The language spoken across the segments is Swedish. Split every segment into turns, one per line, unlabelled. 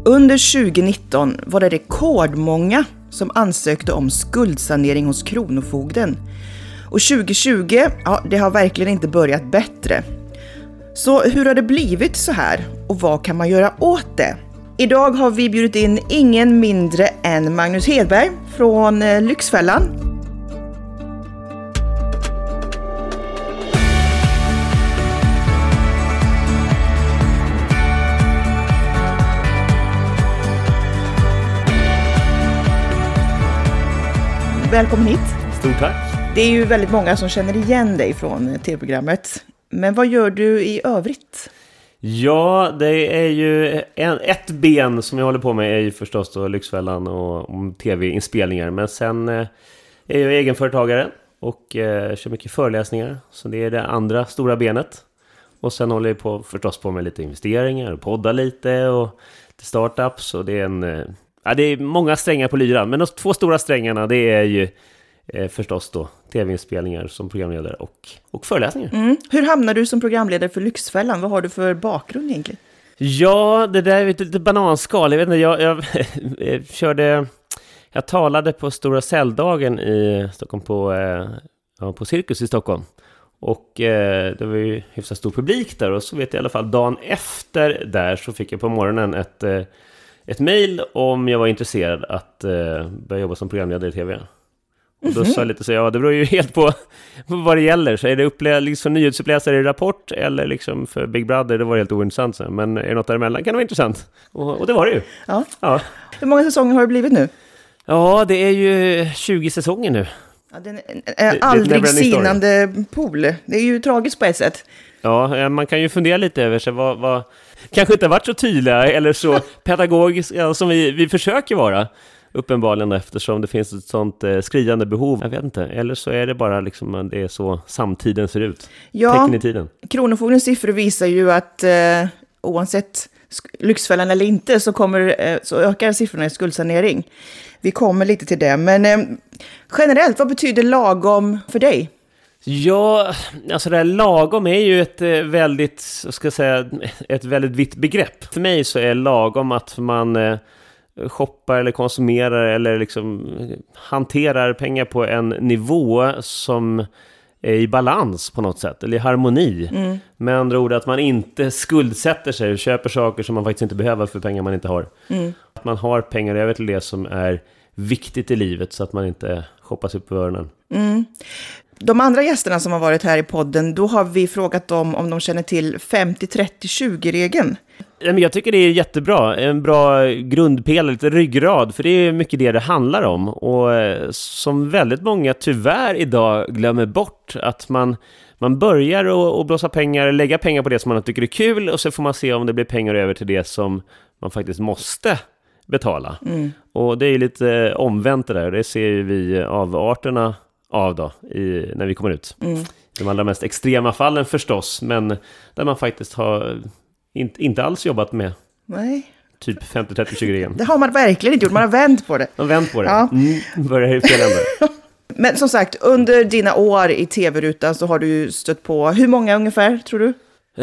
Under 2019 var det rekordmånga som ansökte om skuldsanering hos Kronofogden. Och 2020, det har verkligen inte börjat bättre. Så hur har det blivit så här och vad kan man göra åt det? Idag har vi bjudit in ingen mindre än Magnus Hedberg från Lyxfällan. Välkommen hit.
Stort tack.
Det är ju väldigt många som känner igen dig från tv-programmet. Men vad gör du i övrigt?
Ja, det är ju ett ben som jag håller på med är ju förstås då Lyxfällan och tv-inspelningar. Men sen är jag egenföretagare och kör mycket föreläsningar. Så det är det andra stora benet. Och sen håller jag förstås på med lite investeringar och poddar lite och lite startups. Och det är det är många strängar på lyran. Men de två stora strängarna det är ju förstås då tv-inspelningar som programledare och föreläsningar.
Hur hamnar du som programledare för Lyxfällan? Vad har du för bakgrund egentligen?
Ja, det där är lite bananskal. Jag vet inte, jag talade på Stora Celldagen i Stockholm på Cirkus i Stockholm. Och det var ju hyfsat stor publik där och så vet jag i alla fall dagen efter där så fick jag på morgonen ett mejl om jag var intresserad att börja jobba som programledare i tv. Och då sa jag lite så, det beror ju helt på vad det gäller. Så är det liksom nyhetsuppläsare i Rapport eller liksom för Big Brother, det var helt ointressant. Men är det något däremellan kan det vara intressant. Och det var det ju. Ja.
Hur många säsonger har det blivit nu?
Ja, det är ju 20 säsonger nu.
Ja, det är en aldrig sinande pool. Det är ju tragiskt på ett sätt.
Ja, man kan ju fundera lite över sig vad kanske inte har varit så tydliga eller så pedagogiska som vi försöker vara. Uppenbarligen eftersom det finns ett sånt skriande behov. Jag vet inte. Eller så är det bara liksom det är så samtiden ser ut.
Ja,
tecken i tiden.
Kronofogdens siffror visar ju att oavsett Lyxfällan eller inte så ökar siffrorna i skuldsanering. Vi kommer lite till det. Men generellt, vad betyder lagom för dig?
Ja, alltså det här lagom är ju ett väldigt vitt begrepp. För mig så är lagom att man shoppar eller konsumerar eller liksom hanterar pengar på en nivå som är i balans på något sätt, eller i harmoni. Med andra ord att man inte skuldsätter sig och köper saker som man faktiskt inte behöver för pengar man inte har. Att man har pengar över till det som är viktigt i livet så att man inte shoppas upp på öronen.
De andra gästerna som har varit här i podden, då har vi frågat dem om de känner till 50-30-20-regeln.
Jag tycker det är jättebra, en bra grundpelare, lite ryggrad, för det är mycket det handlar om. Och som väldigt många tyvärr idag glömmer bort, att man börjar och blåsa pengar, lägga pengar på det som man tycker är kul och så får man se om det blir pengar över till det som man faktiskt måste betala. Och det är lite omvänt det där, det ser ju vi avarterna av då, när vi kommer ut. De allra mest extrema fallen förstås, men där man faktiskt har inte alls jobbat med.
Nej.
Typ 50-30-20-regeln.
Det har man verkligen inte gjort, man har vänt på det.
Man har vänt på det.
Ja.
Börjar i fel ände. Men
som sagt, under dina år i tv-rutan så har du ju stött på, hur många ungefär tror du?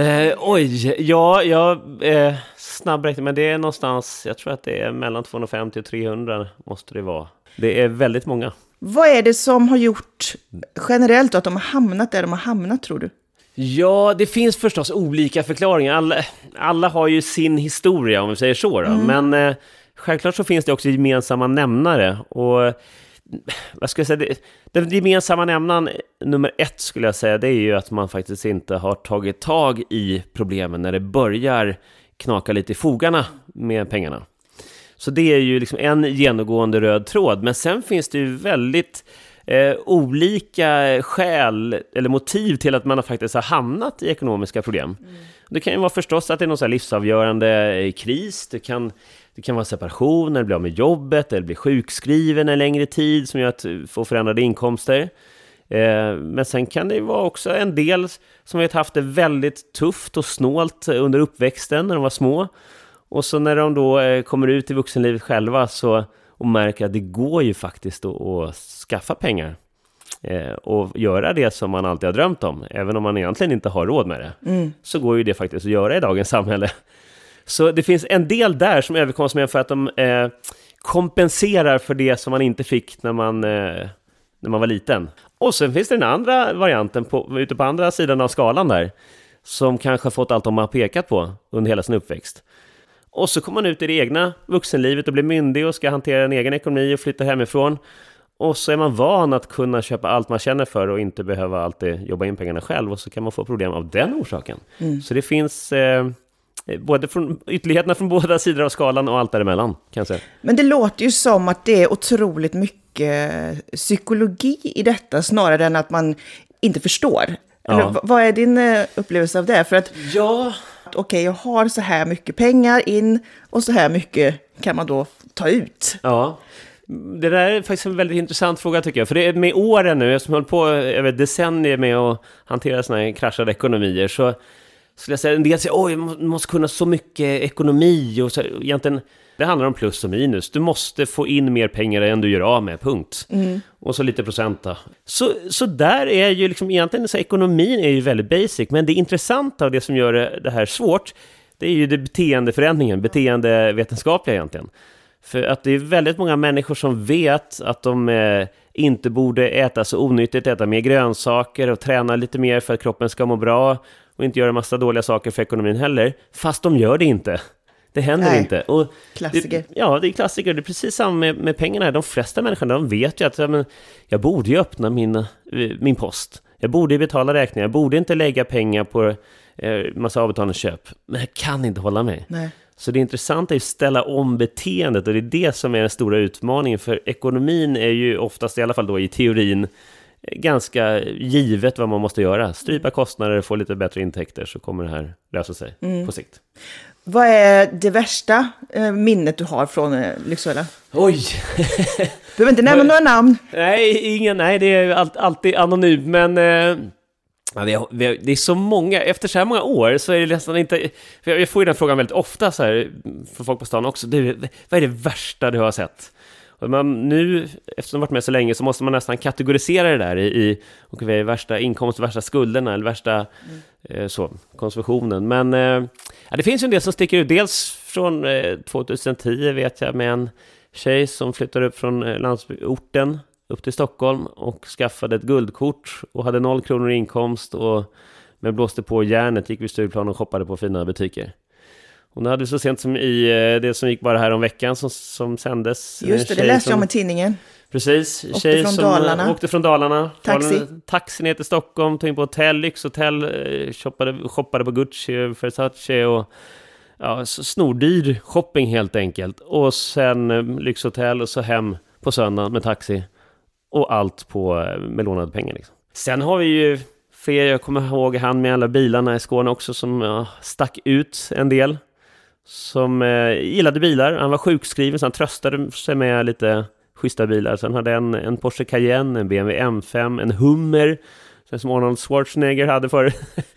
Snabb räkning, men det är någonstans, jag tror att det är mellan 250 och 300 måste det vara. Det är väldigt många.
Vad är det som har gjort generellt att de har hamnat där de har hamnat, tror du?
Ja, det finns förstås olika förklaringar. Alla har ju sin historia, om vi säger så. Men självklart så finns det också gemensamma nämnare. Och vad ska jag säga? Den gemensamma nämnaren nummer 1 skulle jag säga, det är ju att man faktiskt inte har tagit tag i problemen när det börjar knaka lite i fogarna med pengarna. Så det är ju liksom en genomgående röd tråd. Men sen finns det ju väldigt olika skäl eller motiv till att man faktiskt har hamnat i ekonomiska problem. Det kan ju vara förstås att det är någon så här livsavgörande kris. Det kan vara separation, eller bli av med jobbet, eller bli sjukskriven en längre tid som gör att få förändrade inkomster. Men sen kan det ju vara också en del som har haft det väldigt tufft och snålt under uppväxten när de var små. Och så när de då kommer ut i vuxenlivet själva och märker att det går ju faktiskt att skaffa pengar och göra det som man alltid har drömt om, även om man egentligen inte har råd med det, så går ju det faktiskt att göra i dagens samhälle. Så det finns en del där som överkonsumerar för att de kompenserar för det som man inte fick när man var liten. Och sen finns det den andra varianten ute på andra sidan av skalan där, som kanske har fått allt de har pekat på under hela sin uppväxt. Och så kommer man ut i det egna vuxenlivet och blir myndig och ska hantera en egen ekonomi och flytta hemifrån. Och så är man van att kunna köpa allt man känner för och inte behöva alltid jobba in pengarna själv. Och så kan man få problem av den orsaken. Så det finns både från ytterligheterna från båda sidor av skalan och allt däremellan, kan jag säga. Men
det låter ju som att det är otroligt mycket psykologi i detta snarare än att man inte förstår. Ja. Eller, vad är din upplevelse av det? För att okej, jag har så här mycket pengar in och så här mycket kan man då ta ut.
Ja, det där är faktiskt en väldigt intressant fråga tycker jag. För det är med åren nu, som håller på över decennier med att hantera såna här kraschade ekonomier, så skulle jag säga, en del säger, jag måste kunna så mycket ekonomi och så, egentligen, det handlar om plus och minus. Du måste få in mer pengar än du gör av med, punkt. Och så lite procent då. Så där är ju liksom, egentligen så ekonomin är ju väldigt basic, men det intressanta och det som gör det här svårt, det är ju det beteendeförändringen, beteendevetenskapliga egentligen. För att det är väldigt många människor som vet att de inte borde äta så onyttigt, äta mer grönsaker och träna lite mer för att kroppen ska må bra och inte göra massa dåliga saker för ekonomin heller, fast de gör det inte. Det händer inte. Och
klassiker.
Det är klassiker. Det är precis samma med pengarna. De flesta människor, de vet ju att jag borde ju öppna min post. Jag borde betala räkningar. Jag borde inte lägga pengar på massa avbetalningsköp. Men jag kan inte hålla mig.
Nej.
Så det intressanta är att ställa om beteendet, och det är det som är den stora utmaningen. För ekonomin är ju oftast, i alla fall då i teorin, ganska givet vad man måste göra. Strypa kostnader och få lite bättre intäkter, så kommer det här lösa sig på sikt.
Vad är det värsta minnet du har från Lyxfällan?
Oj!
Behöver inte nämna några namn.
Nej, det är alltid anonymt, men det är så många, efter så här många år så är det nästan inte, för jag får ju den frågan väldigt ofta så här, från folk på stan också, vad är det värsta du har sett? Och nu, eftersom man varit med så länge, så måste man nästan kategorisera det där i värsta inkomst, värsta skulderna eller värsta konsumtionen. Men det finns ju en del som sticker ut. Dels från 2010 vet jag, med en tjej som flyttade upp från landsorten upp till Stockholm och skaffade ett guldkort och hade 0 kronor i inkomst, och med blåste på järnet gick vi stugplan och shoppade på fina butiker. Hon hade så sent som i det som gick bara här om veckan som sändes.
Just det läste jag om i tidningen.
Precis, tjej som åkte från Dalarna. Taxi ner till Stockholm, tog in på hotell, lyxhotell, shoppade på Gucci, Versace och så snordyr shopping helt enkelt. Och sen lyxhotell och så hem på söndag med taxi. Och allt med lånade pengar liksom. Sen har vi ju fler, jag kommer ihåg han med alla bilarna i Skåne också som stack ut en del. Som gillade bilar. Han var sjukskriven så han tröstade sig med lite schyssta bilar. Sen hade en Porsche Cayenne, en BMW M5, en Hummer som Arnold Schwarzenegger hade för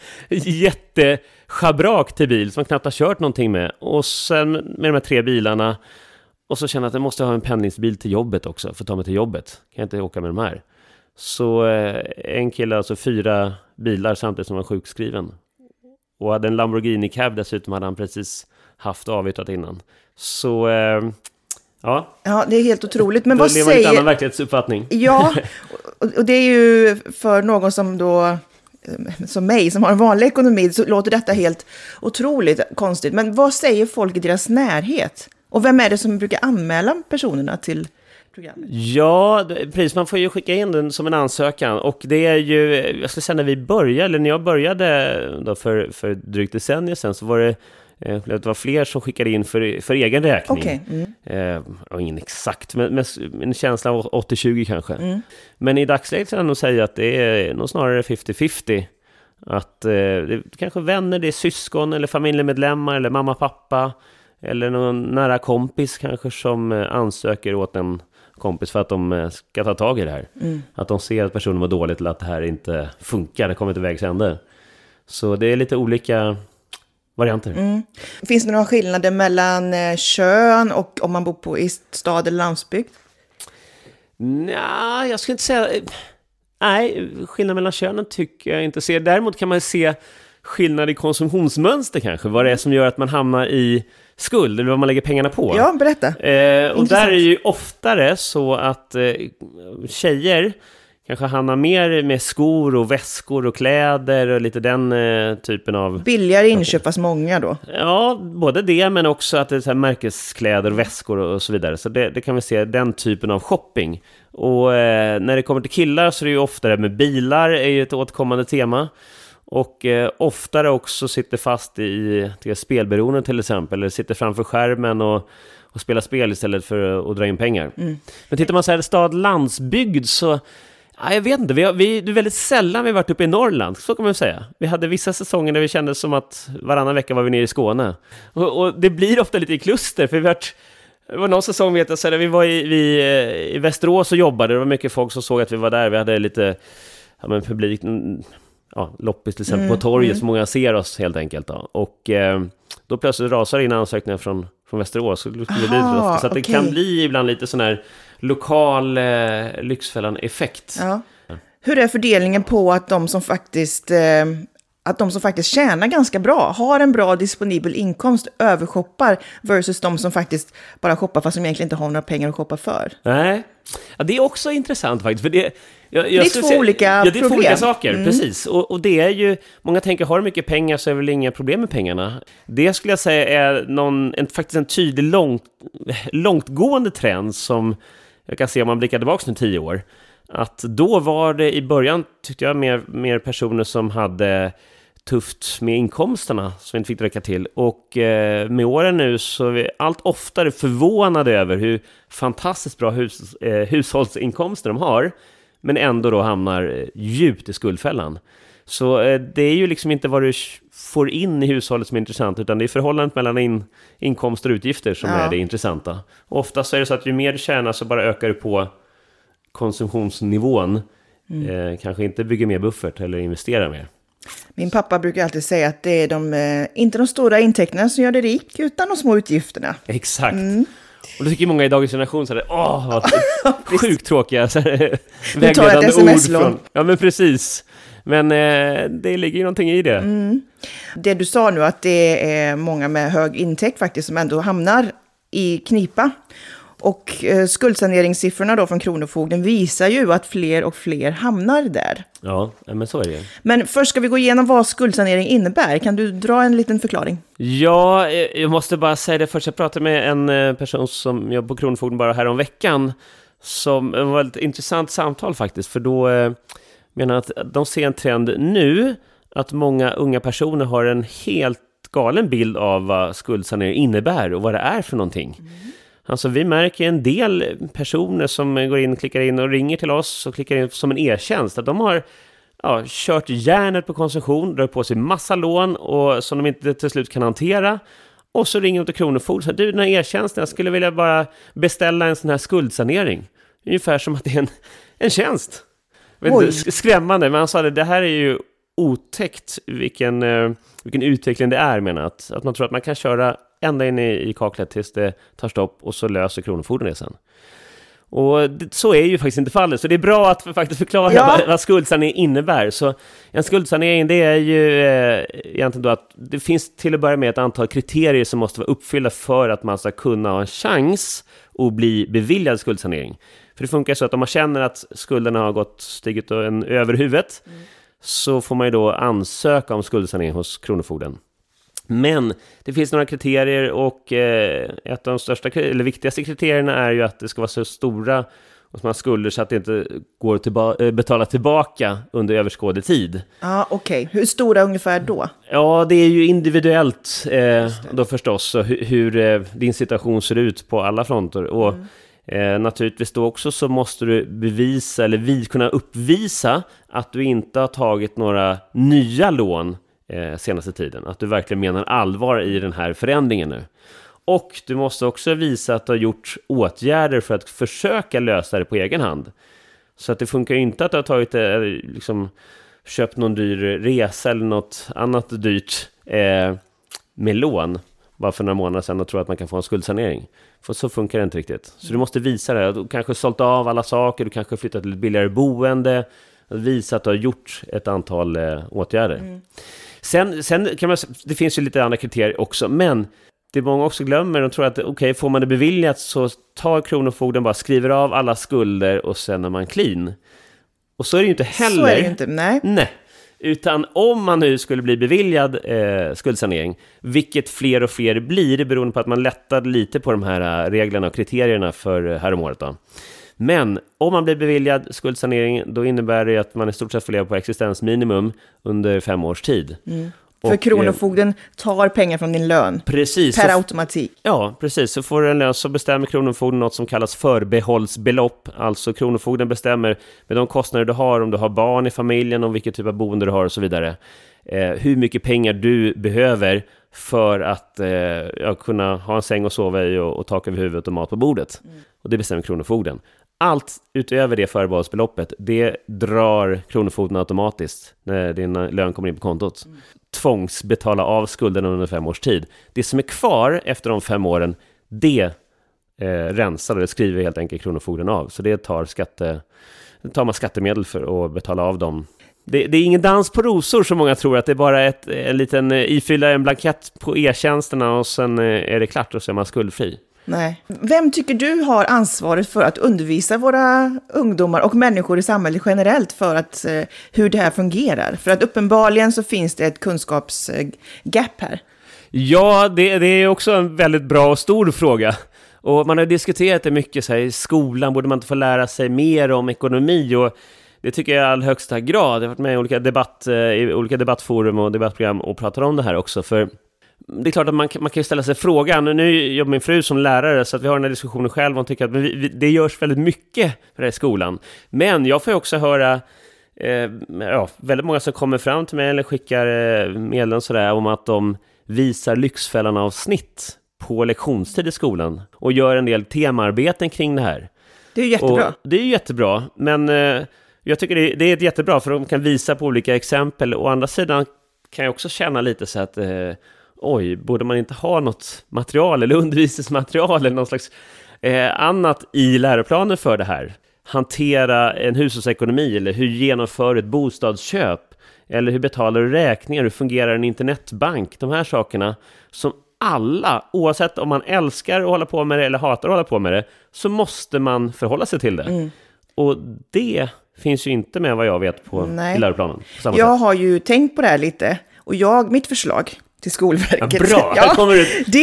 jätteschabrak till bil som man knappt har kört någonting med. Och sen med de här 3 bilarna, och så kände jag att jag måste ha en pendlingsbil till jobbet också för att ta mig till jobbet. Kan jag inte åka med de här. Så en kille, alltså 4 bilar samtidigt som var sjukskriven. Och hade en Lamborghini Cab dessutom, hade han precis haft avyttrat innan. Så ja, det
är helt otroligt. Men vad säger...
Det var en annan verklighetsuppfattning.
Ja, och det är ju för någon som då, som mig, som har en vanlig ekonomi, så låter detta helt otroligt konstigt. Men vad säger folk i deras närhet? Och vem är det som brukar anmäla personerna till programmet?
Ja, precis. Man får ju skicka in den som en ansökan. Och det är ju, jag ska säga, när jag började då för drygt decennier sedan, så var det var fler som skickade in för egen räkning.
Okay.
Ingen exakt, men en känsla av 80-20 kanske. Men i dagsläget kan jag nog säga att det är nog snarare 50-50. Att det är kanske vänner, det är syskon eller familjemedlemmar eller mamma, pappa eller någon nära kompis kanske som ansöker åt en kompis för att de ska ta tag i det här. Att de ser att personen var dåligt eller att det här inte funkar, det kommer inte vägs ända. Så det är lite olika varianter.
Finns det några skillnader mellan kön och om man bor i stad eller landsbygd?
Nej, jag skulle inte säga... Nej, skillnaden mellan könen tycker jag inte ser. Däremot kan man se skillnad i konsumtionsmönster kanske. Vad det är som gör att man hamnar i skuld eller vad man lägger pengarna på.
Ja, berätta.
Och där är det ju oftare så att tjejer kanske hamnar mer med skor och väskor och kläder och lite den typen av...
Billigare inköp fast många då?
Ja, både det men också att det är så här märkeskläder och väskor och så vidare. Så det kan vi se, den typen av shopping. Och när det kommer till killar så är det ju oftare med bilar är ju ett återkommande tema. Och oftare också sitter fast i spelberoende till exempel. Eller sitter framför skärmen och spelar spel istället för att dra in pengar. Men tittar man så här stad, landsbygd så... Ja, jag vet inte, det är väldigt sällan vi varit uppe i Norrland, så kan man säga. Vi hade vissa säsonger där vi kände som att varannan vecka var vi nere i Skåne. Och det blir ofta lite i kluster, för det var någon säsong vet jag, så där vi var i Västerås och jobbade. Det var mycket folk som såg att vi var där. Vi hade lite publik, loppis till exempel på torget, så många ser oss helt enkelt. Då. Och då plötsligt rasar in ansökningar från Västerås. Så att det kan bli ibland lite sån här lokal Lyxfällan-effekt.
Ja. Hur är fördelningen på att de som faktiskt tjänar ganska bra, har en bra disponibel inkomst, övershoppar versus de som faktiskt bara shoppar fast som egentligen inte har några pengar att shoppa för?
Nej, ja, det är också intressant faktiskt. För det
är två olika problem.
Det är två olika saker, precis. Och det är ju, många tänker, har du mycket pengar så är väl inga problem med pengarna. Det skulle jag säga är faktiskt en tydlig långtgående trend som jag kan se om man blickar tillbaka nu 10 år. Att då var det i början, tyckte jag, mer personer som hade tufft med inkomsterna som inte fick räcka till. Och med åren nu så är vi allt oftare förvånade över hur fantastiskt bra hushållsinkomster de har, men ändå då hamnar djupt i skuldfällan. Så det är ju liksom inte vad du får in i hushållet som är intressant, utan det är förhållandet mellan inkomster och utgifter som är det intressanta. Och ofta så är det så att ju mer du tjänar så bara ökar du på konsumtionsnivån. Kanske inte bygger mer buffert eller investerar mer.
Min pappa brukar alltid säga att det är inte de stora intäkterna som gör det rik, utan de små utgifterna.
Exakt. Och då tycker många i dagens generation så här, vad sjukt tråkiga
du tar ett sms-lån.
Ja, men precis. Men det ligger ju någonting i det.
Det du sa nu, att det är många med hög intäkt faktiskt som ändå hamnar i knipa. Och skuldsaneringssiffrorna då från Kronofogden visar ju att fler och fler hamnar där.
Ja, men så är det.
Men först ska vi gå igenom vad skuldsanering innebär. Kan du dra en liten förklaring?
Ja, jag måste bara säga det först. Jag pratade med en person som jobbar på Kronofogden bara här om veckan. Som var ett intressant samtal faktiskt. För då menar att de ser en trend nu att många unga personer har en helt galen bild av vad skuldsanering innebär och vad det är för någonting. Alltså vi märker en del personer som går in, klickar in och ringer till oss och klickar in som en e-tjänst. Att de har kört järnet på konsumtion, drar på sig massa lån och som de inte till slut kan hantera. Och så ringer de till Kronofogden och säger, du, den här e-tjänsten, jag skulle vilja bara beställa en sån här skuldsanering. Ungefär som att det är en tjänst. Skrämmande, men han sa det här är ju otäckt vilken utveckling det är, menar att man tror att man kan köra ända in i kaklet tills det tar stopp och så löser Kronofogden det sen. Och så är ju faktiskt inte fallet. Så det är bra att faktiskt förklara vad skuldsanering innebär. Så en skuldsanering, det är ju egentligen då att det finns till att börja med ett antal kriterier som måste vara uppfyllda för att man ska kunna ha en chans att bli beviljad skuldsanering. För det funkar så att om man känner att skulderna har stigit över huvudet så får man ju då ansöka om skuldsanering hos Kronofogden. Men det finns några kriterier och ett av de största eller viktigaste kriterierna är ju att det ska vara så stora skulder så att det inte går att betala tillbaka under överskådlig tid.
Ja, okej. Hur stora ungefär då?
Ja, det är ju individuellt då förstås hur din situation ser ut på alla fronter. Och naturligtvis då också så måste du bevisa eller kunna uppvisa att du inte har tagit några nya lån senaste tiden. Att du verkligen menar allvar i den här förändringen nu. Och du måste också visa att du har gjort åtgärder för att försöka lösa det på egen hand. Så att det funkar ju inte att du har tagit köpt någon dyr resa eller något annat dyrt med lån bara för några månader sedan och tror att man kan få en skuldsanering. För så funkar det inte riktigt. Så du måste visa det. Du kanske sålt av alla saker, du kanske flyttat till ett billigare boende. Att visa att du har gjort ett antal åtgärder. Sen kan man, det finns ju lite andra kriterier också, men det många också glömmer, de tror att okej, får man det beviljat så tar Kronofogden bara, skriver av alla skulder och sen är man clean. Och så är det ju inte heller.
Så är det ju inte, nej.
Utan om man nu skulle bli beviljad skuldsanering, vilket fler och fler blir, beroende på att man lättade lite på de här reglerna och kriterierna för häromåret då. Men om man blir beviljad skuldsanering, då innebär det att man i stort sett får leva på existensminimum under 5 års tid.
För Kronofogden tar pengar från din lön.
Precis,
per automatik.
Ja, precis. Så får du en lön så bestämmer Kronofogden något som kallas förbehållsbelopp. Alltså Kronofogden bestämmer med de kostnader du har, om du har barn i familjen, om vilken typ av boende du har och så vidare. Hur mycket pengar du behöver för att kunna ha en säng att sova i och tak över huvudet och mat på bordet. Och det bestämmer Kronofogden. Allt utöver det förbehållsbeloppet, det drar Kronofogden automatiskt när din lön kommer in på kontot. Tvångsbetala av skulden under 5 års tid. Det som är kvar efter de 5 åren, det rensar och det skriver helt enkelt Kronofogden av. Så det tar man skattemedel för att betala av dem. Det är ingen dans på rosor som många tror, att det är bara en liten ifylla en blankett på e-tjänsterna och sen är det klart och så är man skuldfri.
Nej. Vem tycker du har ansvaret för att undervisa våra ungdomar och människor i samhället generellt för att hur det här fungerar? För att uppenbarligen så finns det ett kunskapsgap här.
Ja, det är också en väldigt bra och stor fråga. Och man har diskuterat det mycket så här, i skolan borde man inte få lära sig mer om ekonomi, och det tycker jag i all högsta grad. Jag har varit med i olika debattforum och debattprogram och pratar om det här också, för det är klart att man kan ju ställa sig frågan. Nu jobbar min fru som lärare, så att vi har den här diskussionen själv. Hon tycker att det görs väldigt mycket för det här i skolan. Men jag får ju också höra väldigt många som kommer fram till mig eller skickar meddelanden sådär om att de visar Lyxfällan-avsnitt på lektionstid i skolan och gör en del temaarbeten kring det här.
Det är ju jättebra.
Och det är ju jättebra, men jag tycker det är jättebra för de kan visa på olika exempel. Å andra sidan kan jag också känna lite så att borde man inte ha något material eller undervisningsmaterial eller något slags annat i läroplanen för det här? Hantera en hushållsekonomi, eller hur genomför ett bostadsköp, eller hur betalar du räkningar, hur fungerar en internetbank? De här sakerna som alla, oavsett om man älskar att hålla på med det eller hatar att hålla på med det, så måste man förhålla sig till det. Och det finns ju inte med vad jag vet på i läroplanen.
Jag har ju tänkt på det här lite, och mitt förslag till Skolverket.
Ja, bra, här kommer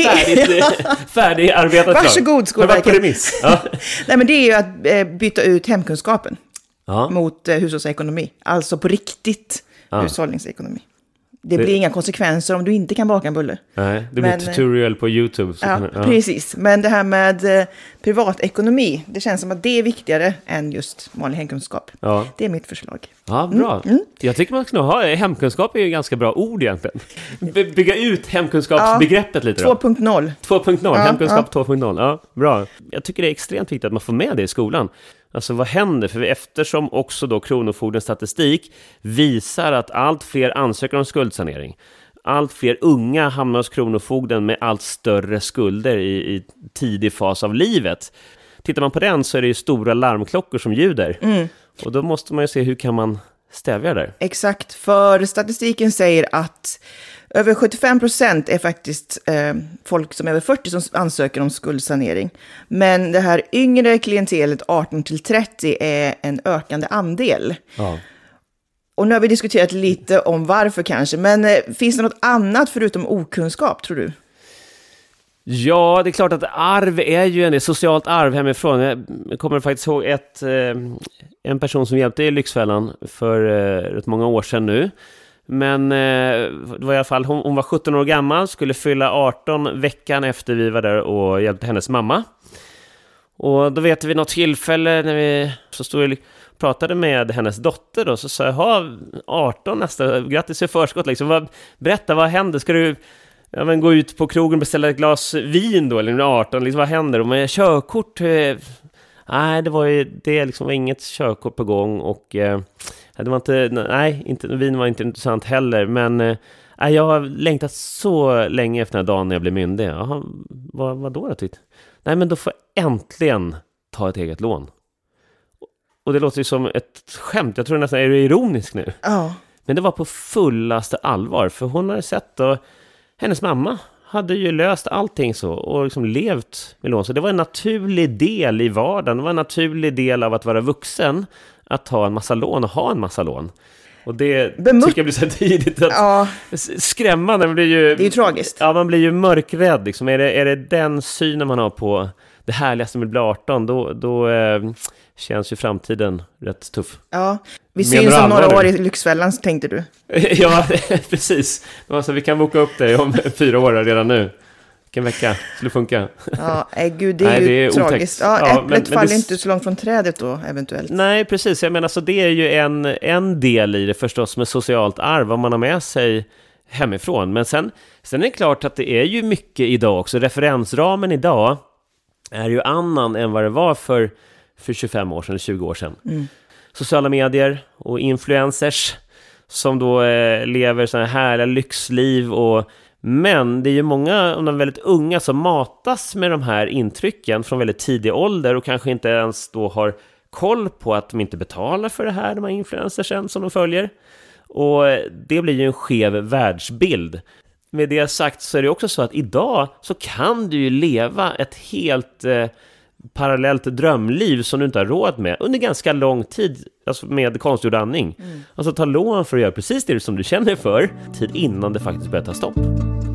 ett färdigarbetat.
Varsågod, Skolverket.
På remiss. Ja.
Nej, men det är ju att byta ut hemkunskapen mot hushållsekonomi. Alltså på riktigt hushållningsekonomi. Det blir inga konsekvenser om du inte kan baka en bulle. Nej,
det blir tutorial på YouTube.
Precis. Men det här med privatekonomi, det känns som att det är viktigare än just vanlig hemkunskap. Ja. Det är mitt förslag.
Ja, bra. Jag tycker man ska ha, hemkunskap är ju ganska bra ord egentligen. Bygga ut hemkunskapsbegreppet lite då. 2.0, hemkunskap 2.0. Ja, bra. Jag tycker det är extremt viktigt att man får med det i skolan. Alltså vad händer? För eftersom också då Kronofogdens statistik visar att allt fler ansöker om skuldsanering. Allt fler unga hamnar hos Kronofogden med allt större skulder i tidig fas av livet. Tittar man på den så är det ju stora larmklockor som ljuder. Och då måste man ju se hur kan man stävja det.
Exakt, för statistiken säger att över 75% är faktiskt folk som är över 40 som ansöker om skuldsanering. Men det här yngre klientelet 18-30 är en ökande andel. Ja. Och nu har vi diskuterat lite om varför kanske. Men finns det något annat förutom okunskap, tror du?
Ja, det är klart att arv är ju en socialt arv hemifrån. Jag kommer faktiskt ihåg en person som hjälpte i Lyxfällan för rätt många år sedan nu. Men det var i alla fall, hon var 17 år gammal, skulle fylla 18 veckan efter vi var där och hjälpte hennes mamma. Och då vet vi något tillfälle när vi så stod och pratade med hennes dotter då, så sa jag, 18 nästa, grattis i förskott liksom. Berätta, vad händer? Ska du gå ut på krogen och beställa ett glas vin då, eller 18, liksom, vad händer? Och med körkort, nej, det liksom var inget körkort på gång, och det var inte vin var inte intressant heller, men jag har längtat så länge efter den här dagen när jag blev myndig. Jaha, vad då tyckte? Nej, men då får jag äntligen ta ett eget lån. Och det låter ju som ett skämt. Jag tror nästan, är du ironisk nu?
Ja.
Men det var på fullaste allvar, för hon hade sett då, hennes mamma hade ju löst allting så och liksom levt med lån. Så det var en naturlig del i vardagen, det var en naturlig del av att vara vuxen, att ha en massa lån och ha en massa lån. Och det tycker jag blir så tidigt att skrämmande. Det är ju tragiskt. Ja, man blir ju mörkrädd. Liksom. Är det den synen man har på det härligaste med att bli 18, då känns ju framtiden rätt tuff.
Ja, vi syns om några år i Lyxfällan, tänkte du.
Ja, precis. Alltså, vi kan boka upp dig om 4 år redan nu. Vilken vecka skulle funka.
Ja, gud, det är ju tragiskt. Ja, äpplet faller inte så långt från trädet då, eventuellt. Nej, precis. Jag menar, så det är ju en del i det förstås med socialt arv, vad man har med sig hemifrån. Men sen är det klart att det är ju mycket idag också. Referensramen idag är ju annan än vad det var för 25 år sedan, 20 år sedan. Sociala medier och influencers som då lever sådana här härliga lyxliv men det är ju många av de väldigt unga som matas med de här intrycken från väldigt tidig ålder och kanske inte ens då har koll på att de inte betalar för det här, de här influencersen som de följer. Och det blir ju en skev världsbild. Med det sagt så är det också så att idag så kan du ju leva ett helt parallellt drömliv som du inte har råd med under ganska lång tid, alltså med konstgjord andning. Alltså ta lån för att göra precis det som du känner för tid innan det faktiskt börjar ta stopp.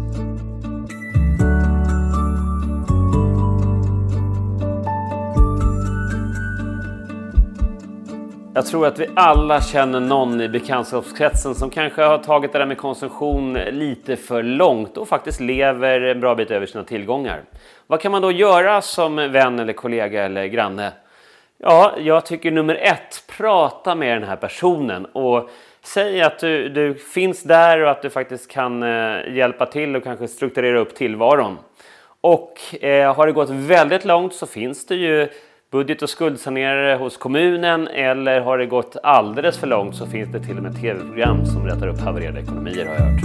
Jag tror att vi alla känner någon i bekantskapskretsen som kanske har tagit det där med konsumtion lite för långt och faktiskt lever en bra bit över sina tillgångar. Vad kan man då göra som vän eller kollega eller granne? Ja, jag tycker nummer 1, prata med den här personen och säg att du finns där och att du faktiskt kan hjälpa till och kanske strukturera upp tillvaron. Och har det gått väldigt långt så finns det ju budget- och skuldsanerare hos kommunen, eller har det gått alldeles för långt så finns det till och med tv-program som rättar upp havererade ekonomier, har jag hört.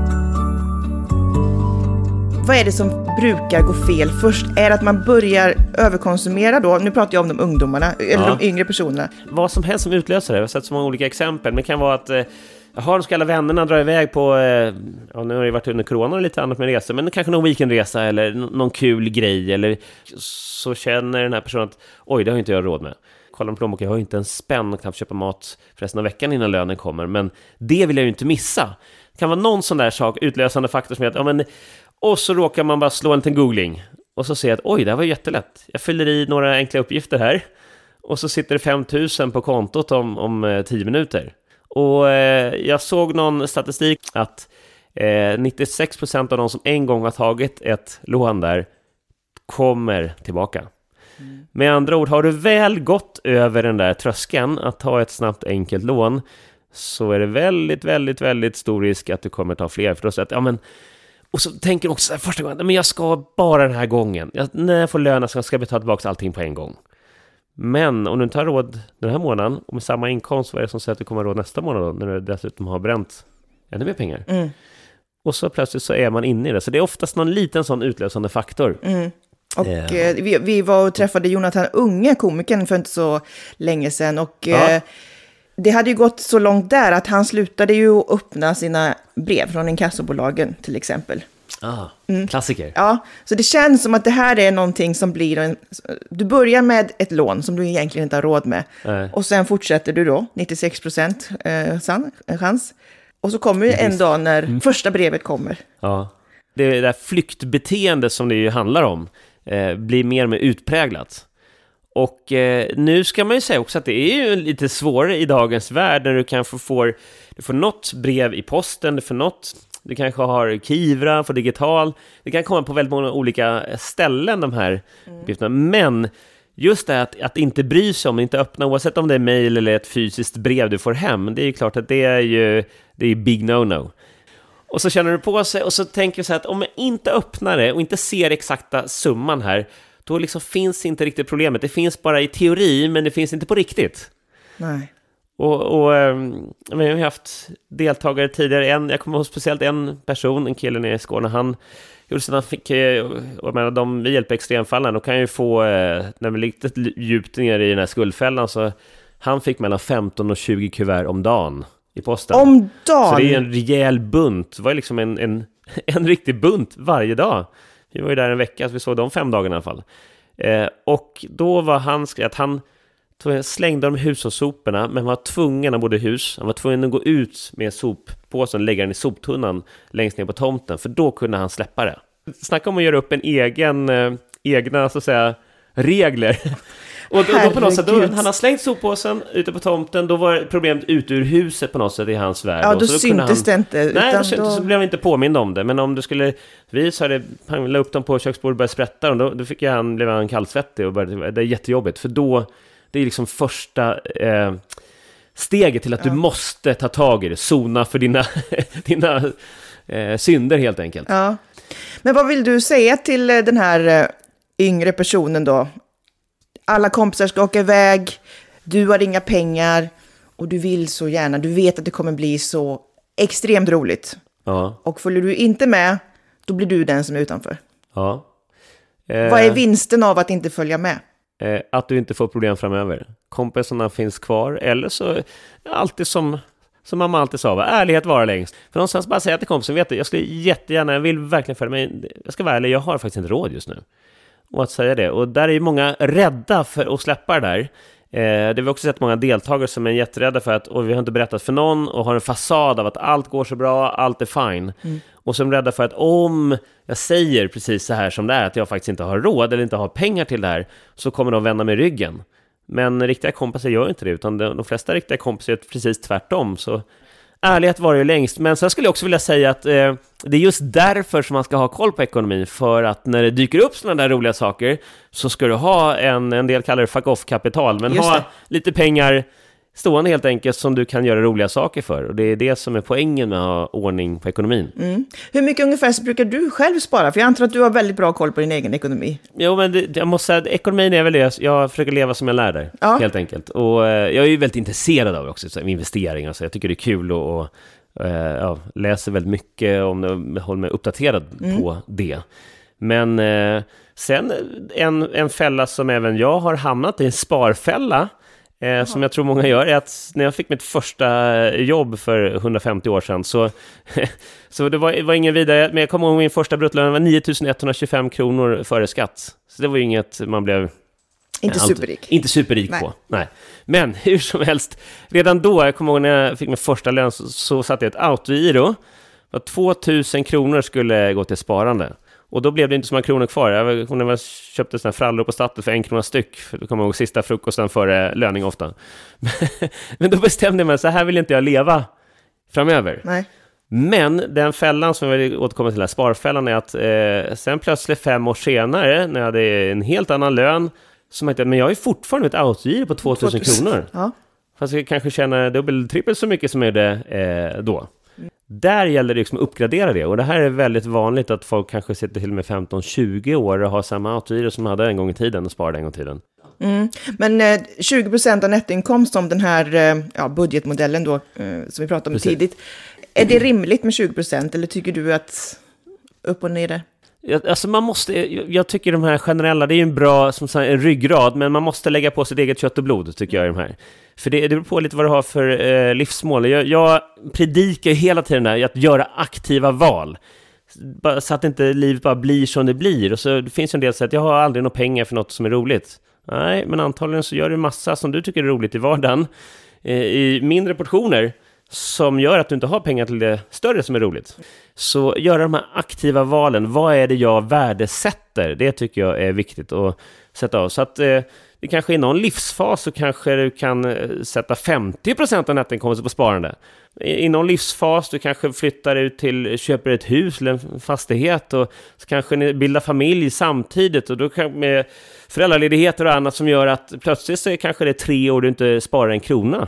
Vad är det som brukar gå fel först? Är det att man börjar överkonsumera då? Nu pratar jag om de ungdomarna, eller de yngre personerna.
Vad som helst som utlöser det. Jag har sett så många olika exempel. Men det kan vara att de ska alla vännerna dra iväg på, nu har det varit under corona och lite annat med resor, men kanske någon weekendresa eller någon kul grej, eller så känner den här personen att oj, det har inte jag råd med. Kollar på plånboken, jag har inte en spänn och knappt köpa mat för resten av veckan innan lönen kommer, men det vill jag ju inte missa. Det kan vara någon sån där sak, utlösande faktor som är att, och så råkar man bara slå en liten googling och så ser att oj, det här var jättelätt. Jag fyller i några enkla uppgifter här och så sitter det 5 000 på kontot om 10 minuter. Och jag såg någon statistik att 96% av de som en gång har tagit ett lån där kommer tillbaka. Med andra ord, har du väl gått över den där tröskeln att ta ett snabbt enkelt lån, så är det väldigt, väldigt, väldigt stor risk att du kommer ta fler. För då säger att, och så tänker du också första gången, men jag ska bara den här gången. När jag får löna ska jag betala tillbaka allting på en gång. Men om du inte har råd den här månaden och med samma inkomst, vad är det som säger att du kommer ha råd nästa månad då, när du dessutom har bränt ännu mer pengar? Och så plötsligt så är man inne i det. Så det är oftast någon liten sån utlösande faktor.
Och vi var och träffade Jonathan Unge, komikern, för inte så länge sedan. Och det hade ju gått så långt där att han slutade ju öppna sina brev från inkassobolagen till exempel.
Klassiker.
Ja, så det känns som att det här är någonting som blir du börjar med ett lån som du egentligen inte har råd med. Och sen fortsätter du då, 96% chans. Och så kommer ju en dag när första brevet kommer. Ja,
det där flyktbeteende som det ju handlar om blir mer och mer utpräglat. Och nu ska man ju säga också att det är ju lite svårare i dagens värld när du kanske får något brev i posten, du kanske har Kivra för digital. Det kan komma på väldigt många olika ställen, de här uppgifterna. Men just det att inte bry sig om, inte öppna, oavsett om det är mejl eller ett fysiskt brev du får hem. Det är ju klart att det är big no-no. Och så känner du på sig och så tänker du så här att om jag inte öppnar det och inte ser exakta summan här, då liksom finns inte riktigt problemet. Det finns bara i teori, men det finns inte på riktigt.
Nej.
Och vi har haft deltagare tidigare. Jag kommer ihåg speciellt en person, en kille nere i Skåne. Han gjorde så att han fick, vi hjälper extremfallen och kan ju få, när vi ligger lite djupt ner i den här skuldfällan, så han fick mellan 15 och 20 kuvert om dagen i posten.
Om dagen?
Så det är en rejäl bunt. Det var liksom en riktig bunt varje dag. Vi var ju där en vecka, så vi såg de 5 dagarna i alla fall. Och då var han slängde de hushållssoporna, men var tvungen, han bodde i hus, han var tvungen att gå ut med soppåsen och lägga den i soptunnan längst ner på tomten, för då kunde han släppa det. Snacka om att göra upp en egna så att säga regler. Och då på något sätt, han har slängt soppåsen ute på tomten, då var problemet ute ur huset på något sätt i hans värld.
Ja, då syntes det inte.
Nej, så blev han inte påmind om det. Men om du skulle, han la upp dem på köksbordet och började sprätta dem, då blev han kallsvettig och det är jättejobbigt. För då, det är liksom första steget till att du måste ta tag i det, sona för dina synder helt enkelt.
Ja. Men vad vill du säga till den här yngre personen då? Alla kompisar ska åka iväg, du har inga pengar och du vill så gärna, du vet att det kommer bli så extremt roligt.
Ja.
Och följer du inte med, då blir du den som är utanför.
Ja.
Vad är vinsten av att inte följa med?
Att du inte får problem framöver. Kompisarna finns kvar, eller så alltid som mamma alltid sa, ärlighet vara längst. För någonstans bara säga till kompisen, vet du, jag skulle jättegärna, jag vill verkligen följa med, jag ska vara ärlig, jag har faktiskt inte råd just nu. Och att säga det. Och där är ju många rädda för att släppa det där. Det har vi också sett många deltagare som är jätterädda för att, och vi har inte berättat för någon, och har en fasad av att allt går så bra, allt är fine. Och som är rädda för att om jag säger precis så här som det är, att jag faktiskt inte har råd eller inte har pengar till det här, så kommer de vända med ryggen. Men riktiga kompisar gör inte det, utan de flesta riktiga kompisar gör precis tvärtom. Så ärlighet var ju längst. Men sen skulle jag också vilja säga att det är just därför som man ska ha koll på ekonomin. För att när det dyker upp sådana där roliga saker, så ska du ha en del kallar det fuck off-kapital, men ha lite pengar stående helt enkelt som du kan göra roliga saker för. Och det är det som är poängen med att ha ordning på ekonomin.
Hur mycket ungefär så brukar du själv spara? För jag antar att du har väldigt bra koll på din egen ekonomi.
Jo, men jag måste säga att ekonomin är väl det. Jag försöker leva som jag lär dig, helt enkelt. Och jag är ju väldigt intresserad av också, så investeringar. Så jag tycker det är kul och läser väldigt mycket om det, håller mig uppdaterad på det. Men sen en fälla som även jag har hamnat i, en sparfälla, som jag tror många gör, är att när jag fick mitt första jobb för 150 år sedan, så det var ingen vidare, men jag kommer ihåg min första bruttolön var 9125 kronor före skatt. Så det var ju inget man blev inte superrik på. Nej. Men hur som helst, redan då, jag kommer ihåg när jag fick min första lön, så satte jag ett autogiro. 2000 kronor skulle gå till sparande. Och då blev det inte så många kronor kvar. Jag köpte såna frallor på Statten för 1 krona styck. För då kommer jag ihåg sista frukosten före löning ofta. Men då bestämde jag mig, så här vill inte jag leva framöver. Nej. Men den fällan som jag vill återkomma till, här sparfällan, är att sen plötsligt 5 år senare, när jag hade en helt annan lön, så märkte jag, men jag är fortfarande ett autogiro på 2000 kronor. Ja. Fast jag kanske tjänar trippelt så mycket som är det då. Där gäller det liksom att uppgradera det. Och det här är väldigt vanligt, att folk kanske sitter till och med 15-20 år och har samma autogiro som hade en gång i tiden och sparade en gång i tiden.
Men 20% av nettoinkomst, som den här budgetmodellen då, som vi pratade om tidigt. Är det rimligt med 20%, eller tycker du att upp och ner det?
Alltså jag tycker de här generella, det är ju en bra som en ryggrad, men man måste lägga på sitt eget kött och blod, tycker jag, i de här. För det beror på lite vad du har för livsmål. Jag predikar hela tiden där att göra aktiva val, så att inte livet bara blir som det blir. Och så det finns ju en del sätt, jag har aldrig några pengar för något som är roligt. Nej, men antagligen så gör du massa som du tycker är roligt i vardagen, i mindre portioner, som gör att du inte har pengar till det större som är roligt. Så göra de här aktiva valen. Vad är det jag värdesätter? Det tycker jag är viktigt att sätta av. Så att det kanske i någon livsfas så kanske du kan sätta 50% av nettoinkomsten på sparande. I någon livsfas du kanske flyttar ut köper ett hus eller en fastighet, och så kanske ni bildar familj samtidigt, och då kan med föräldraledigheter och annat som gör att plötsligt så är kanske det 3 år du inte sparar en krona.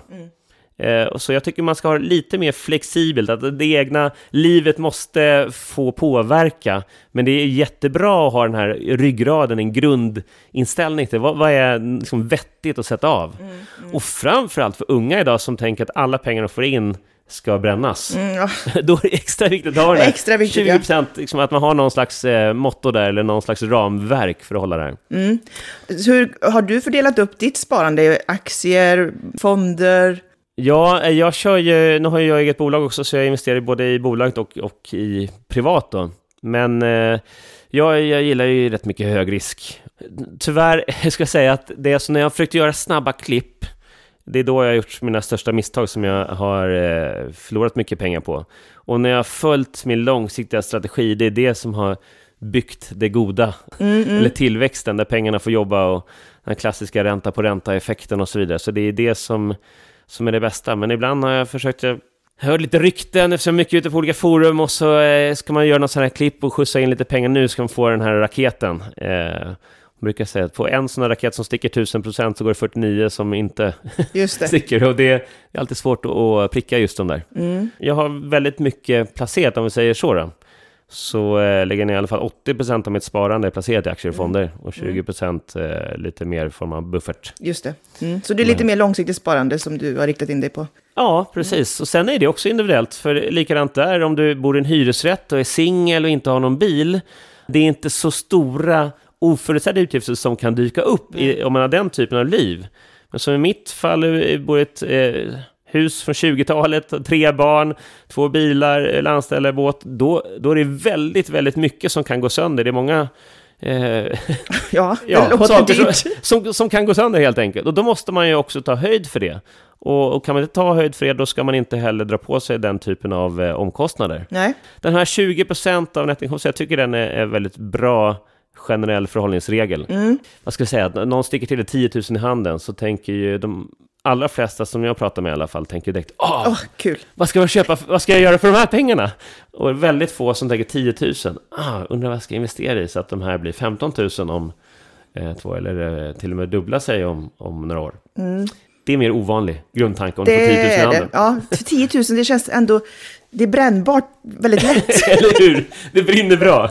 Så jag tycker man ska ha lite mer flexibelt, att det egna livet måste få påverka, men det är jättebra att ha den här ryggraden, en grundinställning till vad är liksom vettigt att sätta av. Och framförallt för unga idag som tänker att alla pengar de får in ska brännas. Då är det extra viktigt att ha det extra viktigt, 20%, liksom, att man har någon slags motto där, eller någon slags ramverk för att hålla det här.
Så hur har du fördelat upp ditt sparande? Aktier, fonder?
Ja, jag kör ju, nu har jag eget bolag också, så jag investerar både i bolaget och i privat då. Men jag gillar ju rätt mycket hög risk. Tyvärr, jag ska säga att det är så när jag har försökt göra snabba klipp, det är då jag har gjort mina största misstag som jag har förlorat mycket pengar på. Och när jag har följt min långsiktiga strategi, det är det som har byggt det goda. Eller tillväxten, där pengarna får jobba, och den klassiska ränta på ränta-effekten och så vidare. Så det är det som är det bästa. Men ibland har jag försökt, jag hör lite rykten eftersom jag är mycket ute på olika forum, och så ska man göra något sån här klipp och skjutsa in lite pengar, nu ska man få den här raketen. Jag brukar säga att på en sån här raket som sticker 1000% så går det 49 som inte sticker, och det är alltid svårt att pricka just de där. Jag har väldigt mycket placerat, om vi säger så då. Så lägger jag i alla fall 80% av mitt sparande är placerat i aktier och fonder, och 20% lite mer form av buffert.
Just det. Så det är lite mer långsiktigt sparande som du har riktat in dig på?
Ja, precis. Och sen är det också individuellt, för likadant där, om du bor i en hyresrätt och är singel och inte har någon bil, det är inte så stora oförutsedda utgifter som kan dyka upp om man har den typen av liv. Men som i mitt fall, bor ett hus från 20-talet, 3 barn, 2 bilar, landställe, båt, då är det väldigt, väldigt mycket som kan gå sönder. Det är många saker som kan gå sönder helt enkelt. Och då måste man ju också ta höjd för det. Och kan man inte ta höjd för det, då ska man inte heller dra på sig den typen av omkostnader.
Nej.
Den här 20% av netinkomst, jag tycker den är väldigt bra generell förhållningsregel. Vad ska jag säga, att någon sticker till 10 000 i handen, så tänker ju de allra flesta som jag pratar med i alla fall tänker direkt,
kul.
Vad ska jag köpa, vad ska jag göra för de här pengarna? Och väldigt få som tänker 10 000. Undrar vad ska jag investera i så att de här blir 15 000 om 2, eller till och med dubbla sig om några år. Det är mer ovanlig grundtanke om du får 10 000 i handen.
Ja, för 10 000, det känns ändå, det är brännbart väldigt lätt.
Eller hur? Det brinner bra.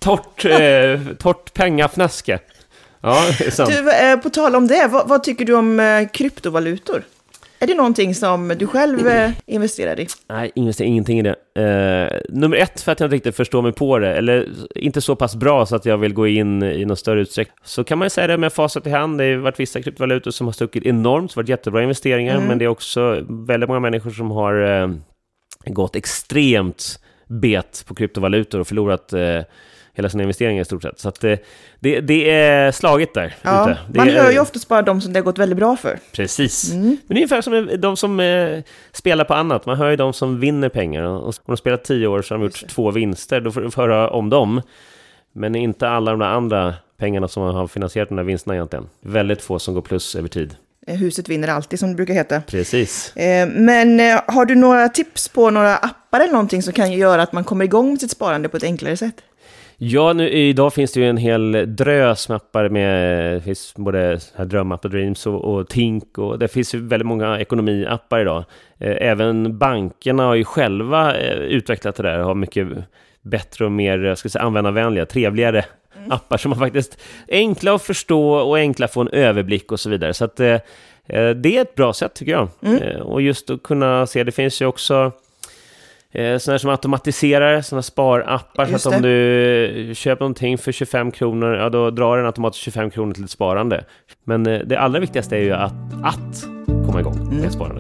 Torrt pengafnäske. Ja, det är sant.
Du, på tal om det, vad tycker du om kryptovalutor? Är det någonting som du själv investerar i?
Nej, investerar ingenting i det. Nummer 1, för att jag inte riktigt förstår mig på det, eller inte så pass bra så att jag vill gå in i någon större utsträckning. Så kan man ju säga det med facit i hand. Det har varit vissa kryptovalutor som har stuckit enormt, varit jättebra investeringar, men det är också väldigt många människor som har gått extremt bet på kryptovalutor och förlorat hela sina investeringar i stort sett. Så att det är slaget där ute.
Man hör ju oftast bara de som det har gått väldigt bra för.
Precis. Men det är ungefär som de som spelar på annat. Man hör ju de som vinner pengar. Och om de spelat 10 år så har de gjort 2 vinster. Då får du höra om dem. Men inte alla de där andra pengarna som har finansierat de där vinsterna egentligen. Väldigt få som går plus över tid.
Huset vinner alltid, som det brukar heta.
Precis.
Men har du några tips på några appar eller någonting som kan göra att man kommer igång med sitt sparande på ett enklare sätt?
Ja, idag finns det ju en hel drös mappar med, det finns både Drömapp och Dreams och Tink, och det finns ju väldigt många ekonomiappar idag. Även bankerna har ju själva utvecklat det där, har mycket bättre och mer, ska jag säga, användarvänliga, trevligare appar som man faktiskt enkla att förstå och enkla att få en överblick och så vidare. Så att det är ett bra sätt tycker jag. Och just att kunna se, det finns ju också sådana som automatiserar sådana sparappar, så att om du köper någonting för 25 kronor, ja, då drar den automatiskt 25 kronor till ett sparande. Men det allra viktigaste är ju att komma igång med sparande.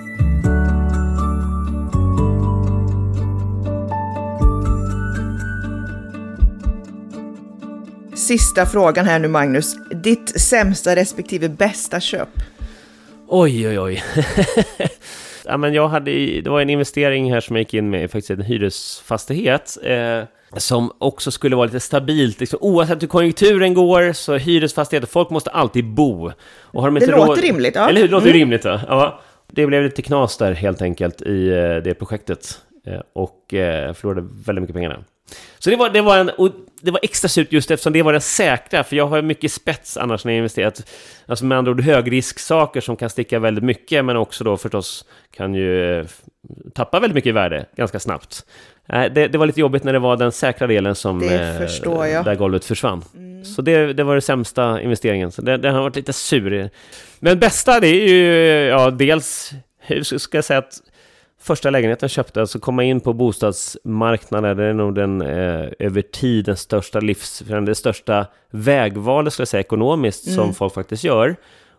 Sista frågan här nu, Magnus. Ditt sämsta respektive bästa köp?
Oj. Ja, men det var en investering här som jag gick in med, faktiskt en hyresfastighet som också skulle vara lite stabilt. Liksom, oavsett hur konjunkturen går, så hyresfastigheter, folk måste alltid bo. Och har de inte
låter rimligt, ja.
Eller hur? Det låter rimligt, va? Ja. Det blev lite knas där helt enkelt i det projektet. Och förlorade väldigt mycket pengar. Så det var extra surt just eftersom det var den säkra, för jag har mycket spets annars när jag investerat. Alltså med andra ord högrisksaker som kan sticka väldigt mycket, men också då förstås kan ju tappa väldigt mycket i värde ganska snabbt. Det var lite jobbigt när det var den säkra delen som där golvet försvann. Så det var det sämsta investeringen. Så det har varit lite sur. Men bästa, det är ju dels, hur ska jag säga, att första lägenheten köpte, alltså komma in på bostadsmarknaden, det är nog den över tid den största det största vägvalet, skulle jag säga, ekonomiskt som folk faktiskt gör.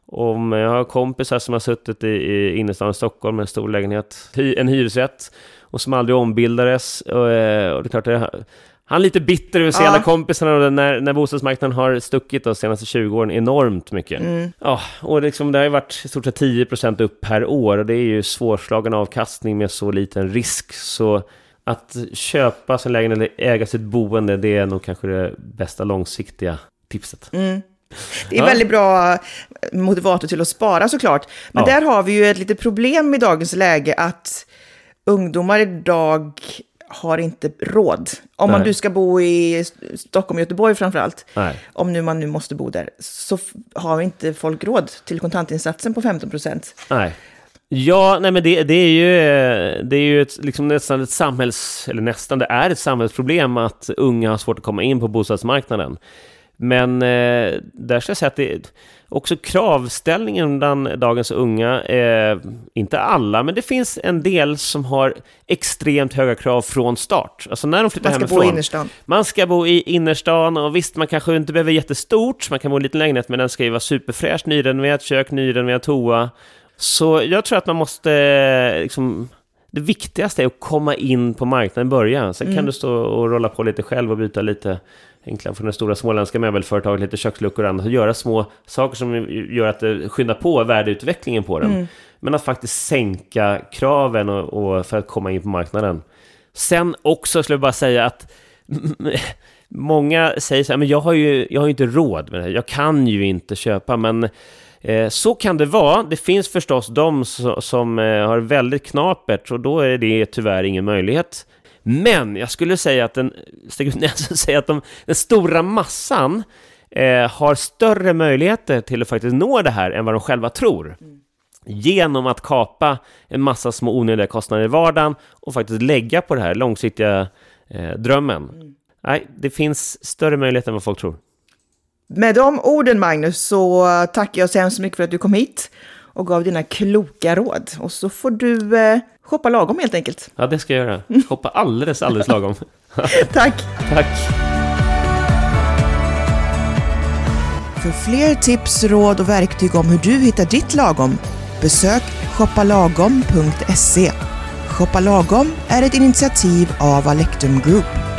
Om jag har kompisar som har suttit i innerstan i Stockholm med en stor lägenhet, en hyresrätt, och som aldrig ombildades. Och det är klart, han är lite bitter över att se alla kompisarna när bostadsmarknaden har stuckit de senaste 20 åren enormt mycket. Ja, och liksom, det har ju varit i stort sett 10% upp per år, och det är ju svårslagen avkastning med så liten risk. Så att köpa sin lägenhet eller äga sitt boende, det är nog kanske det bästa långsiktiga tipset.
Det är väldigt bra motivator till att spara såklart. Men där har vi ju ett litet problem i dagens läge, att ungdomar idag har inte råd. Om man du ska bo i Stockholm och Göteborg framförallt, om man nu måste bo där, så har inte folk råd till kontantinsatsen på 15%.
Nej. Ja, nej, men det är ju liksom nästan ett det är ett samhällsproblem att unga har svårt att komma in på bostadsmarknaden. Men där ska jag säga att det är också kravställningen bland dagens unga, inte alla, men det finns en del som har extremt höga krav från start. Alltså när de flyttar hemifrån.
Man ska bo i innerstan.
Man ska bo i innerstan, och visst, man kanske inte behöver jättestort, man kan bo i en liten lägenhet, men den ska ju vara superfräsch, nyrenoverat kök, nyrenoverat toa. Så jag tror att man måste liksom, det viktigaste är att komma in på marknaden i början. Sen kan du stå och rolla på lite själv och byta lite enklare från det stora småländska möbelföretaget, lite köksluckor och annat, och göra små saker som gör att det skyndar på värdeutvecklingen på den. Men att faktiskt sänka kraven och för att komma in på marknaden. Sen också skulle jag bara säga att många säger så här, men jag har ju inte råd med det, jag kan ju inte köpa, men så kan det vara. Det finns förstås de som har väldigt knapert, och då är det tyvärr ingen möjlighet. Men jag skulle säga att den stora massan har större möjligheter till att faktiskt nå det här än vad de själva tror. Genom att kapa en massa små onödiga kostnader i vardagen och faktiskt lägga på det här långsiktiga drömmen. Nej, det finns större möjligheter än vad folk tror.
Med de orden, Magnus, så tackar jag så hemskt mycket för att du kom hit och gav dina kloka råd. Och så får du shoppa lagom helt enkelt.
Ja, det ska jag göra. Shoppa alldeles lagom.
Tack.
Tack.
För fler tips, råd och verktyg om hur du hittar ditt lagom, besök shoppalagom.se. Shoppa lagom är ett initiativ av Alectum Group.